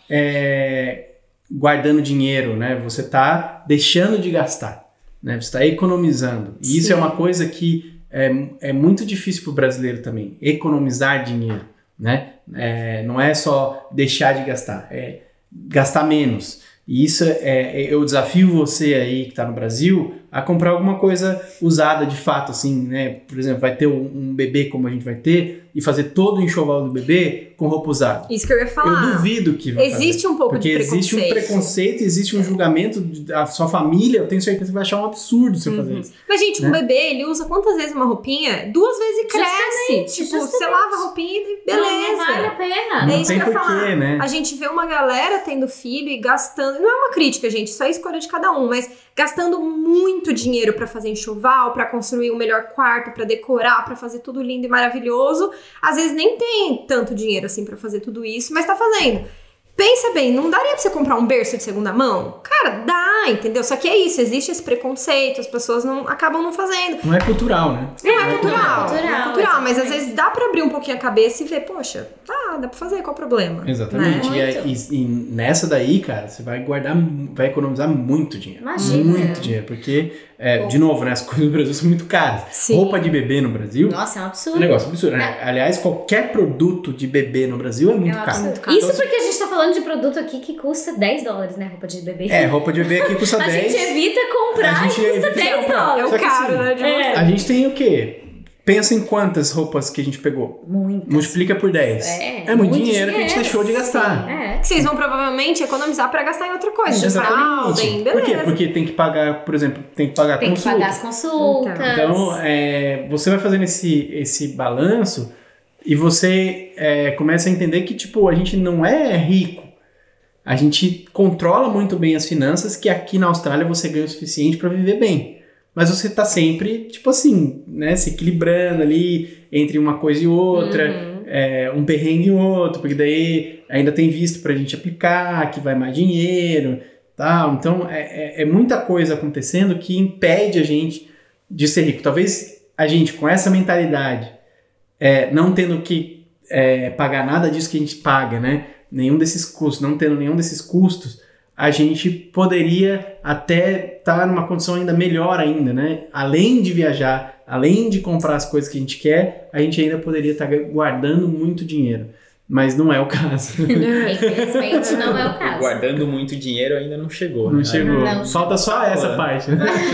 guardando dinheiro, né, você tá deixando de gastar, né, você tá economizando, e isso é uma coisa que é muito difícil para o brasileiro também, economizar dinheiro, né? Não é só deixar de gastar, é gastar menos. E isso eu desafio você aí que está no Brasil a comprar alguma coisa usada de fato, assim, né? Por exemplo, vai ter um bebê como a gente vai ter e fazer todo o enxoval do bebê com roupa usada. Isso que eu ia falar. Eu duvido que vai existe um pouco de preconceito. Porque existe um preconceito, existe um julgamento da sua família, eu tenho certeza que vai achar um absurdo você fazer isso. Mas, gente, um bebê, ele usa quantas vezes uma roupinha? 2 vezes e cresce. Tipo, você lava a roupinha e beleza. Não vale a pena. Não É isso tem que eu ia porquê, falar. né? A gente vê uma galera tendo filho e gastando. Não é uma crítica, gente, isso é escolha de cada um, mas gastando muito dinheiro pra fazer enxoval, pra construir um melhor quarto, pra decorar, pra fazer tudo lindo e maravilhoso. Às vezes nem tem tanto dinheiro assim pra fazer tudo isso, mas tá fazendo. Pensa bem, não daria pra você comprar um berço de segunda mão? Cara, dá, entendeu? Só que é isso, existe esse preconceito, as pessoas acabam não fazendo. Não é cultural, né? Não é cultural, cultural, mas às vezes dá pra abrir um pouquinho a cabeça e ver, poxa, dá pra fazer, qual o problema? Exatamente. Né? E nessa daí, cara, você vai vai economizar muito dinheiro. Imagina. Muito dinheiro, porque, de novo, né, as coisas no Brasil são muito caras. Sim. Roupa de bebê no Brasil Nossa, é um é absurdo. um negócio absurdo, né? Aliás, qualquer produto de bebê no Brasil é muito um caro. absurdo. Isso porque a gente tá falando de produto aqui que custa $10, né? Roupa de bebê. Roupa de bebê aqui custa A 10. gente evita comprar A gente e custa evita $10. É o Só que caro, assim, né? De você. A gente tem o quê? Pensa em quantas roupas que a gente pegou. Muitas. Multiplica por 10. É muito dinheiro que a gente deixou de gastar. É. Vocês vão provavelmente economizar pra gastar em outra coisa. De fralda, em Por quê? beleza. Porque tem que pagar, por exemplo, tem que pagar Tem que consulta. pagar as consultas. Então, você vai fazendo esse balanço e você começa a entender que, tipo, a gente não é rico. A gente controla muito bem as finanças, que aqui na Austrália você ganha o suficiente para viver bem. Mas você tá sempre, tipo assim, né, se equilibrando ali entre uma coisa e outra, um perrengue e outro, porque daí ainda tem visto pra gente aplicar, que vai mais dinheiro, tal. Então, é muita coisa acontecendo que impede a gente de ser rico. Talvez a gente, com essa mentalidade, não tendo que pagar nada disso que a gente paga, né? Nenhum desses custos, não tendo nenhum desses custos, a gente poderia até estar numa condição ainda melhor ainda, né? Além de viajar, além de comprar as coisas que a gente quer, a gente ainda poderia estar guardando muito dinheiro. Mas não é o caso. Infelizmente não é o caso. Guardando muito dinheiro ainda não chegou. Não né? chegou. Não Falta só essa parte.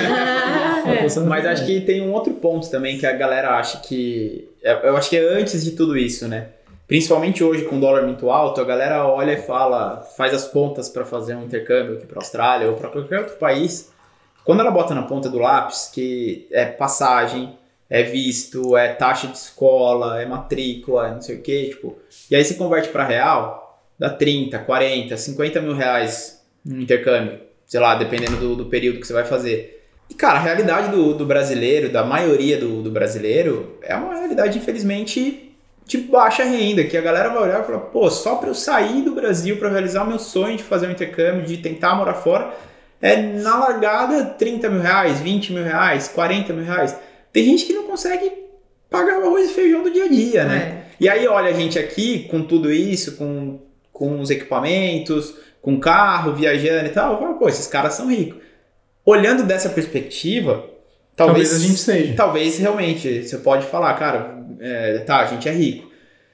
Falta só Mas essa acho que tem um outro ponto também que a galera acha que... Eu acho que é antes de tudo isso, né? Principalmente hoje com o dólar muito alto, a galera olha e faz as contas para fazer um intercâmbio aqui para a Austrália ou para qualquer outro país. Quando ela bota na ponta do lápis que é passagem, é visto, é taxa de escola, é matrícula, não sei o que, tipo, e aí se converte para real, dá 30, 40, 50 mil reais no intercâmbio, sei lá, dependendo do período que você vai fazer. E cara, a realidade do brasileiro, da maioria do brasileiro, é uma realidade infelizmente de baixa renda, que a galera vai olhar e falar, pô, só pra eu sair do Brasil, pra realizar o meu sonho de fazer um intercâmbio, de tentar morar fora, na largada 30 mil reais, 20 mil reais, 40 mil reais. Tem gente que não consegue pagar o arroz e feijão do dia a dia, né? E aí olha a gente aqui, com tudo isso, com os equipamentos, com carro, viajando e tal, fala, pô, esses caras são ricos. Olhando dessa perspectiva, talvez a gente seja. Talvez realmente, você pode falar, cara, a gente é rico.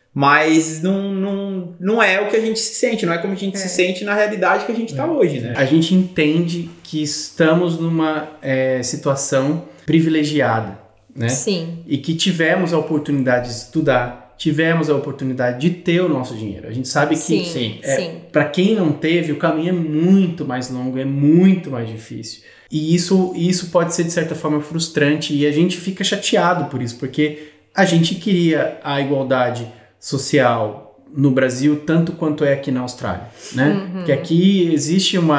Mas não é o que a gente se sente, não é como a gente se sente na realidade que a gente tá hoje, né? A gente entende que estamos numa situação privilegiada, né? Sim. E que tivemos a oportunidade de estudar, tivemos a oportunidade de ter o nosso dinheiro. A gente sabe que, Sim. para quem não teve, o caminho é muito mais longo, é muito mais difícil. E isso pode ser, de certa forma, frustrante, e a gente fica chateado por isso, porque a gente queria a igualdade social no Brasil tanto quanto é aqui na Austrália, né? Porque aqui existe uma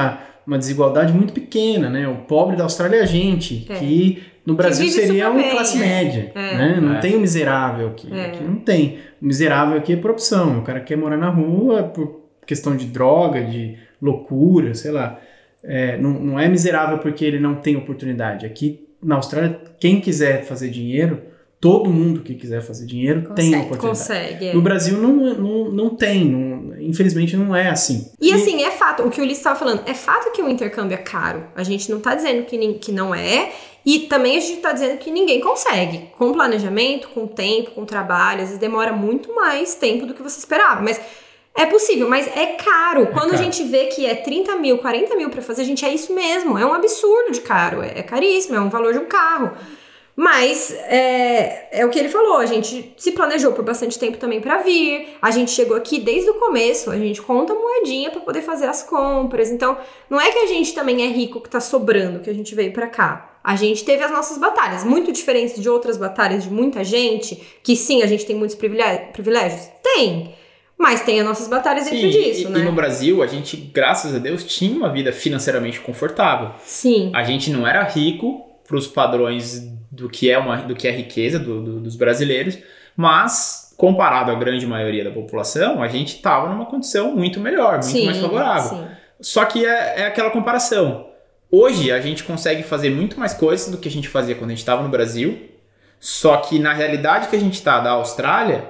uma desigualdade muito pequena, né? O pobre da Austrália é a gente, que no Brasil vive seria super uma bem, classe média, né? Não tem o miserável aqui. Aqui não tem. O miserável aqui é por opção. O cara quer morar na rua por questão de droga, de loucura, sei lá. Não é miserável porque ele não tem oportunidade. Aqui na Austrália, quem quiser fazer dinheiro, todo mundo que quiser fazer dinheiro tem oportunidade. Consegue. No Brasil não tem, infelizmente não é assim. E assim, é fato, o que o Ulisses estava falando, é fato que o intercâmbio é caro. A gente não tá dizendo que não é, e também a gente tá dizendo que ninguém consegue. Com planejamento, com tempo, com trabalho, às vezes demora muito mais tempo do que você esperava, mas é possível, mas é caro. Quando a gente vê que é 30 mil, 40 mil pra fazer, gente, é isso mesmo, é um absurdo de caro, é caríssimo, é um valor de um carro. Mas é o que ele falou, a gente se planejou por bastante tempo também pra vir, a gente chegou aqui desde o começo, a gente conta moedinha pra poder fazer as compras, então não é que a gente também é rico que tá sobrando, que a gente veio pra cá. A gente teve as nossas batalhas, muito diferentes de outras batalhas de muita gente, que sim, a gente tem muitos privilégios? Tem, mas tem as nossas batalhas dentro disso, né? E no Brasil, a gente, graças a Deus, tinha uma vida financeiramente confortável. Sim. A gente não era rico pros padrões do que é riqueza dos brasileiros, mas comparado à grande maioria da população, a gente estava numa condição muito melhor, muito mais favorável. Sim. Só que é aquela comparação. Hoje a gente consegue fazer muito mais coisas do que a gente fazia quando a gente estava no Brasil, só que na realidade que a gente está da Austrália,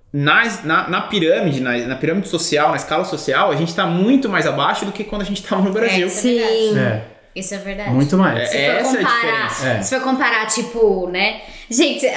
na pirâmide, na pirâmide social, na escala social, a gente está muito mais abaixo do que quando a gente estava no Brasil. Sim. Isso é verdade. Muito mais. Essa é a diferença. Se for comparar, tipo, né? Gente,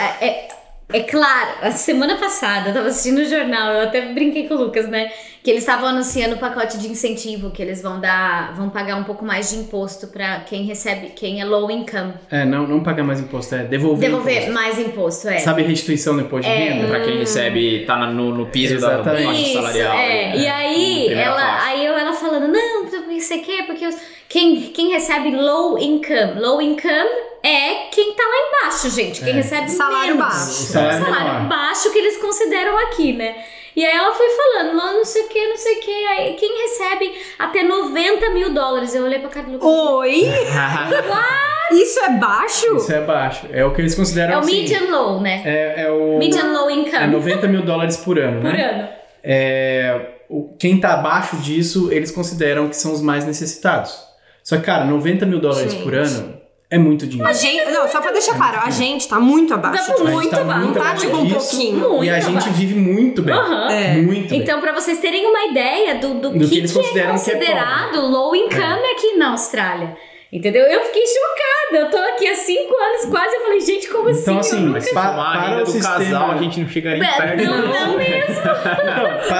é claro, a semana passada eu tava assistindo o jornal, eu até brinquei com o Lucas, né? Que eles estavam anunciando o pacote de incentivo, que eles vão pagar um pouco mais de imposto pra quem é low income. Não pagar mais imposto, devolver imposto. Mais imposto, Sabe restituição do imposto de renda? Pra quem recebe, tá no piso da faixa salarial. E aí, ela falando, não, isso aqui é porque quem recebe low income é quem tá lá embaixo, gente. Quem recebe salário menos. baixo. Salário baixo que eles consideram aqui, né? E aí ela foi falando, não sei o que. Aí quem recebe até $90 mil, eu olhei pra cara do Lucas. Oi? Isso é baixo? Isso é baixo. É o que eles consideram É o assim, median low, né? É o median low income. $90 mil por ano, por né? ano. Quem tá abaixo disso, eles consideram que são os mais necessitados. Só que, cara, $90 mil por ano é muito dinheiro. Só pra deixar claro, a gente tá muito abaixo. Tá muito abaixo. Não tá tipo um pouquinho. E a gente vive muito bem. Muito bem. Então, pra vocês terem uma ideia do que eles consideram é considerado low income aqui na Austrália. Entendeu? Eu fiquei chocada. Eu tô aqui há 5 anos quase. Eu falei, gente, como assim? Então, assim, para o sistema... casal, a gente não chega nem perto. Não mesmo. Então,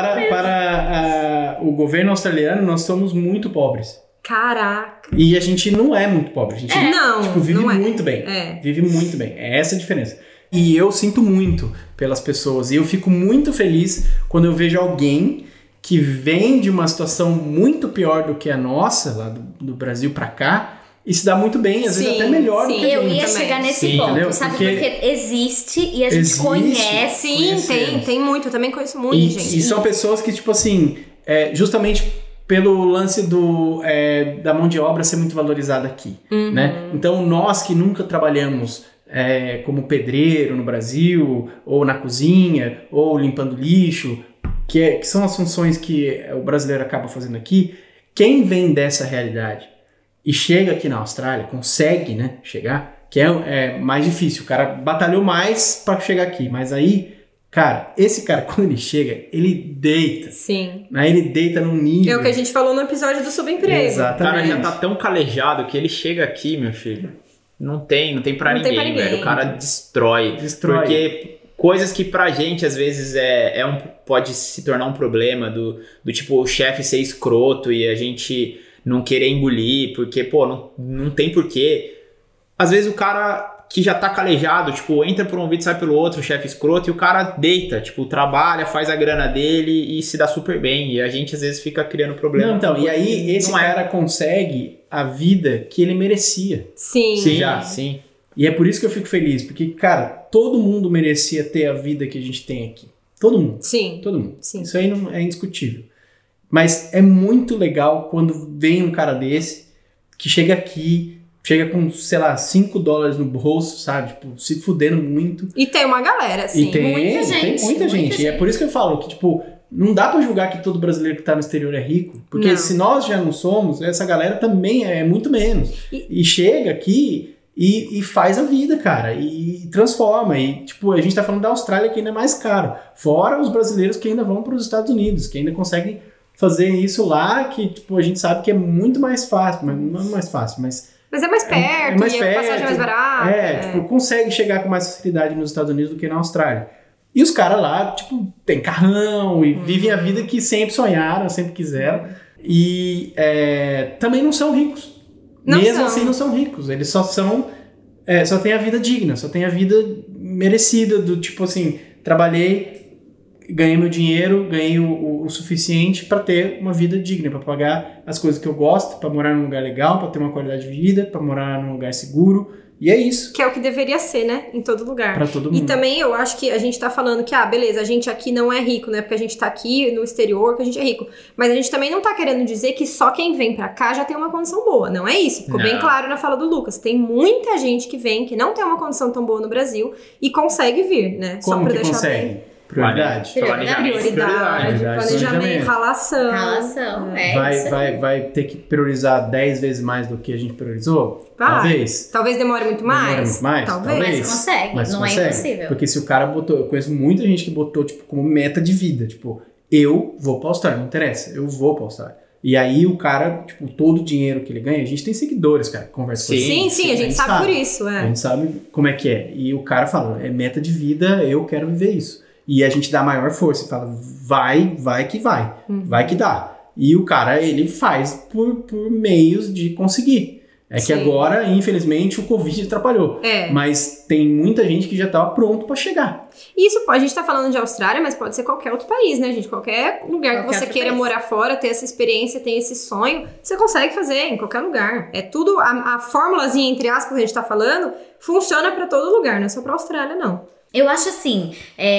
para o governo australiano, nós somos muito pobres. Caraca. E a gente não é muito pobre. A gente vive muito bem. Vive muito bem. É essa a diferença. E eu sinto muito pelas pessoas. E eu fico muito feliz quando eu vejo alguém que vem de uma situação muito pior do que a nossa, lá do Brasil pra cá, e se dá muito bem, às vezes até melhor do que a gente. Eu ia chegar nesse ponto, entendeu? sabe? Porque existe e a gente conhece. Sim, tem muito. Eu também conheço muito, gente. E são pessoas que, tipo assim, justamente pelo lance da mão de obra ser muito valorizada aqui, né? Então, nós que nunca trabalhamos como pedreiro no Brasil, ou na cozinha, ou limpando lixo, que são as funções que o brasileiro acaba fazendo aqui, quem vem dessa realidade e chega aqui na Austrália, consegue, né, chegar, que é mais difícil, o cara batalhou mais para chegar aqui, mas aí, cara, esse cara, quando ele chega, ele deita. Sim. Aí ele deita num nível... É o que a gente falou no episódio do subemprego. Exatamente. O cara já tá tão calejado que ele chega aqui, meu filho, não tem pra ninguém, velho. O cara destrói. Porque coisas que pra gente, às vezes, pode se tornar um problema, do tipo, o chefe ser escroto e a gente não querer engolir, porque, pô, não tem porquê. Às vezes o cara que já tá calejado, tipo, entra por um ouvido e sai pelo outro, o chefe escroto, e o cara deita, tipo, trabalha, faz a grana dele e se dá super bem. E a gente, às vezes, fica criando problema. Não, então, e aí esse cara consegue a vida que ele merecia. Sim. Sim. E é por isso que eu fico feliz, porque, cara, todo mundo merecia ter a vida que a gente tem aqui. Todo mundo. Sim. Todo mundo. Sim. Isso aí não é indiscutível. Mas é muito legal quando vem um cara desse que chega aqui, chega com, sei lá, $5 no bolso, sabe? Tipo, se fudendo muito. E tem uma galera, assim. E tem muita gente. E é por isso que eu falo que, tipo, não dá pra julgar que todo brasileiro que tá no exterior é rico. Porque se nós já não somos, essa galera também é muito menos. E chega aqui e faz a vida, cara. E transforma. E, tipo, a gente tá falando da Austrália, que ainda é mais caro. Fora os brasileiros que ainda vão pros Estados Unidos, que ainda conseguem fazer isso lá, que, tipo, a gente sabe que é muito mais fácil. Mas não é mais fácil, mas é mais perto, mais e a passagem é mais barata. Tipo, consegue chegar com mais facilidade nos Estados Unidos do que na Austrália. E os caras lá, tipo, tem carrão e vivem a vida que sempre sonharam, sempre quiseram. E também não são ricos. Mesmo assim não são ricos. Eles só têm a vida digna, só têm a vida merecida, do tipo assim, trabalhei, ganhei meu dinheiro, ganhei o suficiente pra ter uma vida digna, pra pagar as coisas que eu gosto, pra morar num lugar legal, pra ter uma qualidade de vida, pra morar num lugar seguro. E é isso. Que é o que deveria ser, né? Em todo lugar. Pra todo mundo. E também eu acho que a gente tá falando que, beleza, a gente aqui não é rico, né? Porque a gente tá aqui no exterior que a gente é rico. Mas a gente também não tá querendo dizer que só quem vem pra cá já tem uma condição boa. Não é isso. Ficou bem claro na fala do Lucas. Tem muita gente que vem, que não tem uma condição tão boa no Brasil e consegue vir, né? Como só pra que deixar consegue? bem. Prioridade. Planejamento, relação. Vai ter que priorizar 10 vezes mais do que a gente priorizou? Talvez demore muito mais. Talvez. Mas consegue, não é impossível. Porque se o cara botou... Eu conheço muita gente que botou, tipo, como meta de vida. Tipo, eu vou pra Austrália, não interessa. Eu vou pra Austrália. E aí o cara, tipo, todo o dinheiro que ele ganha... A gente tem seguidores, cara, que conversa com ele. Sim, a gente sabe por isso. A gente sabe como é que é. E o cara fala, é meta de vida, eu quero viver isso. E a gente dá maior força e fala, vai que vai. Vai que dá. E o cara, ele faz por meios de conseguir. É que agora, infelizmente, o Covid atrapalhou. Mas tem muita gente que já estava pronto para chegar. Isso, a gente tá falando de Austrália, mas pode ser qualquer outro país, né, gente? Qualquer lugar que você queira morar fora, ter essa experiência, ter esse sonho, você consegue fazer em qualquer lugar. É tudo, a formulazinha, entre aspas, que a gente tá falando, funciona para todo lugar, não é só pra Austrália, não. Eu acho assim,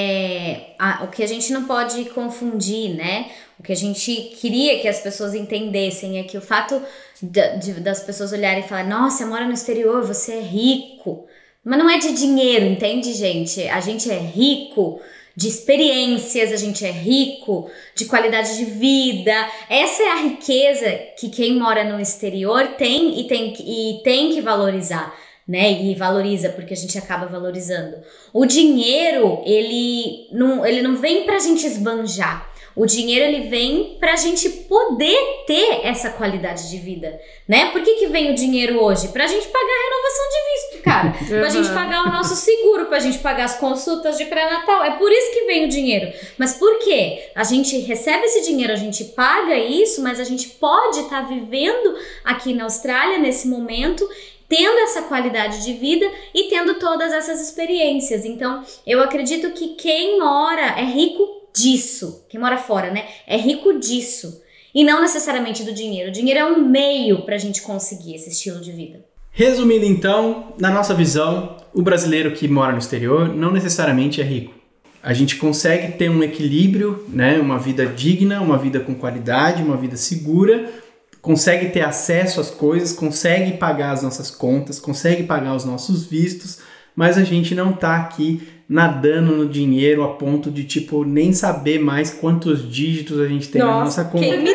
o que a gente não pode confundir, né? O que a gente queria que as pessoas entendessem é que o fato das pessoas olharem e falarem, nossa, mora no exterior, você é rico. Mas não é de dinheiro, entende, gente? A gente é rico de experiências, a gente é rico de qualidade de vida. Essa é a riqueza que quem mora no exterior tem e tem que valorizar. Né? E valoriza, porque a gente acaba valorizando. O dinheiro, ele não vem pra gente esbanjar. O dinheiro, ele vem pra gente poder ter essa qualidade de vida, né? Por que vem o dinheiro hoje? Pra gente pagar a renovação de visto, cara. Pra gente pagar o nosso seguro, pra gente pagar as consultas de pré-natal. É por isso que vem o dinheiro. Mas por quê? A gente recebe esse dinheiro, a gente paga isso, mas a gente pode estar vivendo aqui na Austrália, nesse momento, tendo essa qualidade de vida e tendo todas essas experiências. Então, eu acredito que quem mora é rico disso. Quem mora fora, né? É rico disso. E não necessariamente do dinheiro. O dinheiro é um meio pra gente conseguir esse estilo de vida. Resumindo, então, na nossa visão, o brasileiro que mora no exterior não necessariamente é rico. A gente consegue ter um equilíbrio, né? Uma vida digna, uma vida com qualidade, uma vida segura, consegue ter acesso às coisas, consegue pagar as nossas contas, consegue pagar os nossos vistos, mas a gente não tá aqui nadando no dinheiro a ponto de, tipo, nem saber mais quantos dígitos a gente tem na nossa conta. Quem me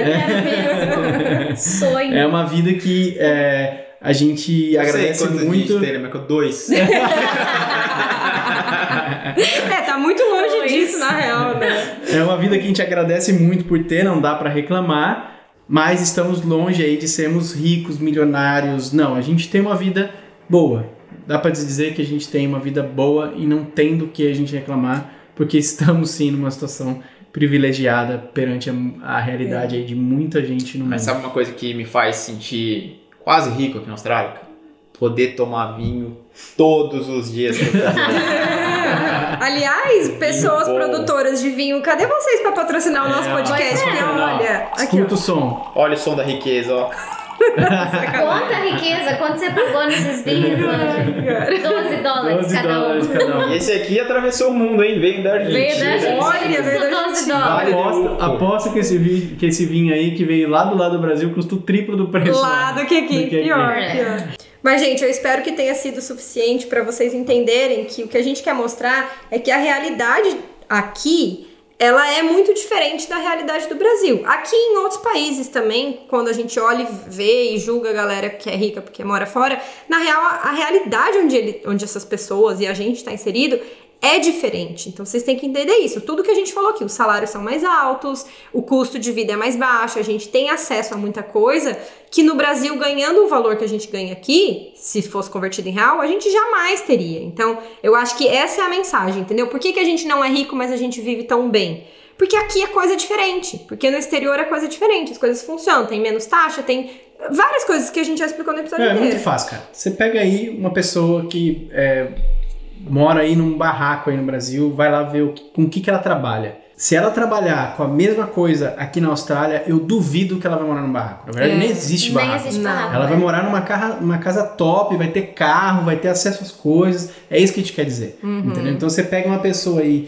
dera. Sonho. É uma vida que a gente agradece muito. Tem, né? 2. Tá muito longe disso, na real, né? É uma vida que a gente agradece muito por ter, não dá pra reclamar. Mas estamos longe aí de sermos ricos, milionários. Não, a gente tem uma vida boa. Dá pra dizer que a gente tem uma vida boa e não tem do que a gente reclamar, porque estamos sim numa situação privilegiada perante a realidade aí de muita gente no mundo. Mas sabe uma coisa que me faz sentir quase rico aqui na Austrália? Poder tomar vinho todos os dias. Aliás, pessoas produtoras de vinho, cadê vocês pra patrocinar o nosso podcast? Porque olha, escuta o som. Olha o som da riqueza, ó. Quanta riqueza, quanto você pagou nesses vinhos? $12 12 cada dólares um. cada um. E esse aqui atravessou o mundo, hein? Veio da Argentina. Veio da Argentina, Olha, veio da custou $12. Aposto que esse vinho aí que veio lá do lado do Brasil custa o triplo do preço. Lá do que aqui, do que aqui. pior. É. Mas, gente, eu espero que tenha sido suficiente para vocês entenderem que o que a gente quer mostrar é que a realidade aqui, ela é muito diferente da realidade do Brasil. Aqui em outros países também, quando a gente olha e vê e julga a galera que é rica porque mora fora, na real, a realidade onde essas pessoas e a gente está inserido é diferente. Então vocês têm que entender isso. Tudo que a gente falou aqui, os salários são mais altos, o custo de vida é mais baixo, a gente tem acesso a muita coisa que no Brasil, ganhando o valor que a gente ganha aqui, se fosse convertido em real, a gente jamais teria. Então, eu acho que essa é a mensagem, entendeu? Por que a gente não é rico, mas a gente vive tão bem? Porque aqui é coisa diferente. Porque no exterior é coisa diferente, as coisas funcionam, tem menos taxa, tem várias coisas que a gente já explicou no episódio É inteiro. muito fácil, cara. Você pega aí uma pessoa que mora aí num barraco aí no Brasil, vai lá ver com o que ela trabalha. Se ela trabalhar com a mesma coisa aqui na Austrália, eu duvido que ela vai morar num barraco. Na verdade, nem existe Nem barraco. existe barraco. Ela vai morar numa casa top, vai ter carro, vai ter acesso às coisas. É isso que a gente quer dizer. Entendeu? Então você pega uma pessoa aí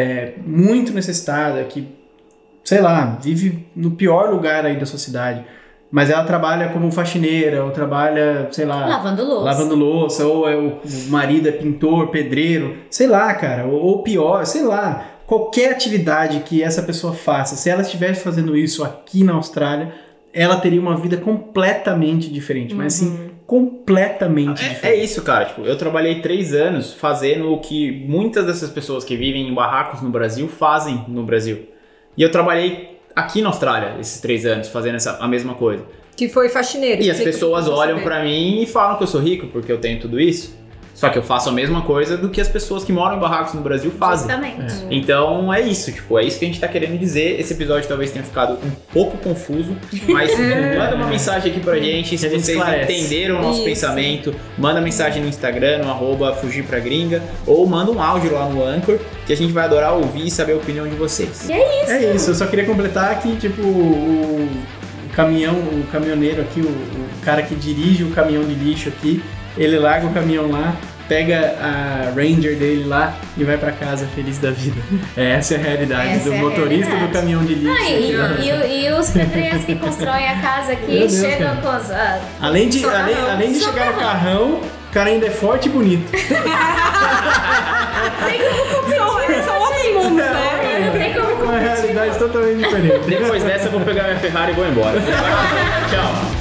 muito necessitada, que, sei lá, vive no pior lugar aí da sua cidade, mas ela trabalha como faxineira, ou trabalha, sei lá... Lavando louça, ou o marido é pintor, pedreiro, sei lá, cara, ou pior, sei lá. Qualquer atividade que essa pessoa faça, se ela estivesse fazendo isso aqui na Austrália, ela teria uma vida completamente diferente, mas assim, completamente diferente. É isso, cara. Tipo, eu trabalhei 3 anos fazendo o que muitas dessas pessoas que vivem em barracos no Brasil fazem no Brasil. E eu trabalhei aqui na Austrália esses 3 anos fazendo a mesma coisa. Que foi faxineiro. E as pessoas olham pra mim e falam que eu sou rico porque eu tenho tudo isso. Só que eu faço a mesma coisa do que as pessoas que moram em barracos no Brasil fazem. Justamente. Então é isso, tipo, é isso que a gente tá querendo dizer.Esse episódio talvez tenha ficado um pouco confuso, mas manda uma mensagem aqui pra gente se vocês entenderam o nosso pensamento. Manda mensagem no Instagram, no @fugirpragringa, ou manda um áudio lá no Anchor, que a gente vai adorar ouvir e saber a opinião de vocês. E é isso. É isso, eu só queria completar que, tipo, o caminhoneiro aqui, o cara que dirige o caminhão de lixo aqui, ele larga o caminhão lá, pega a Ranger dele lá e vai pra casa feliz da vida. Essa é a realidade do motorista do caminhão de lixo. E os pedreiros que constroem a casa aqui chegam com as... Além de chegar no carrão, o cara ainda é forte e bonito. São outros mundos, né? Não tem como Uma realidade totalmente diferente. Depois dessa eu vou pegar minha Ferrari e vou embora. Tchau.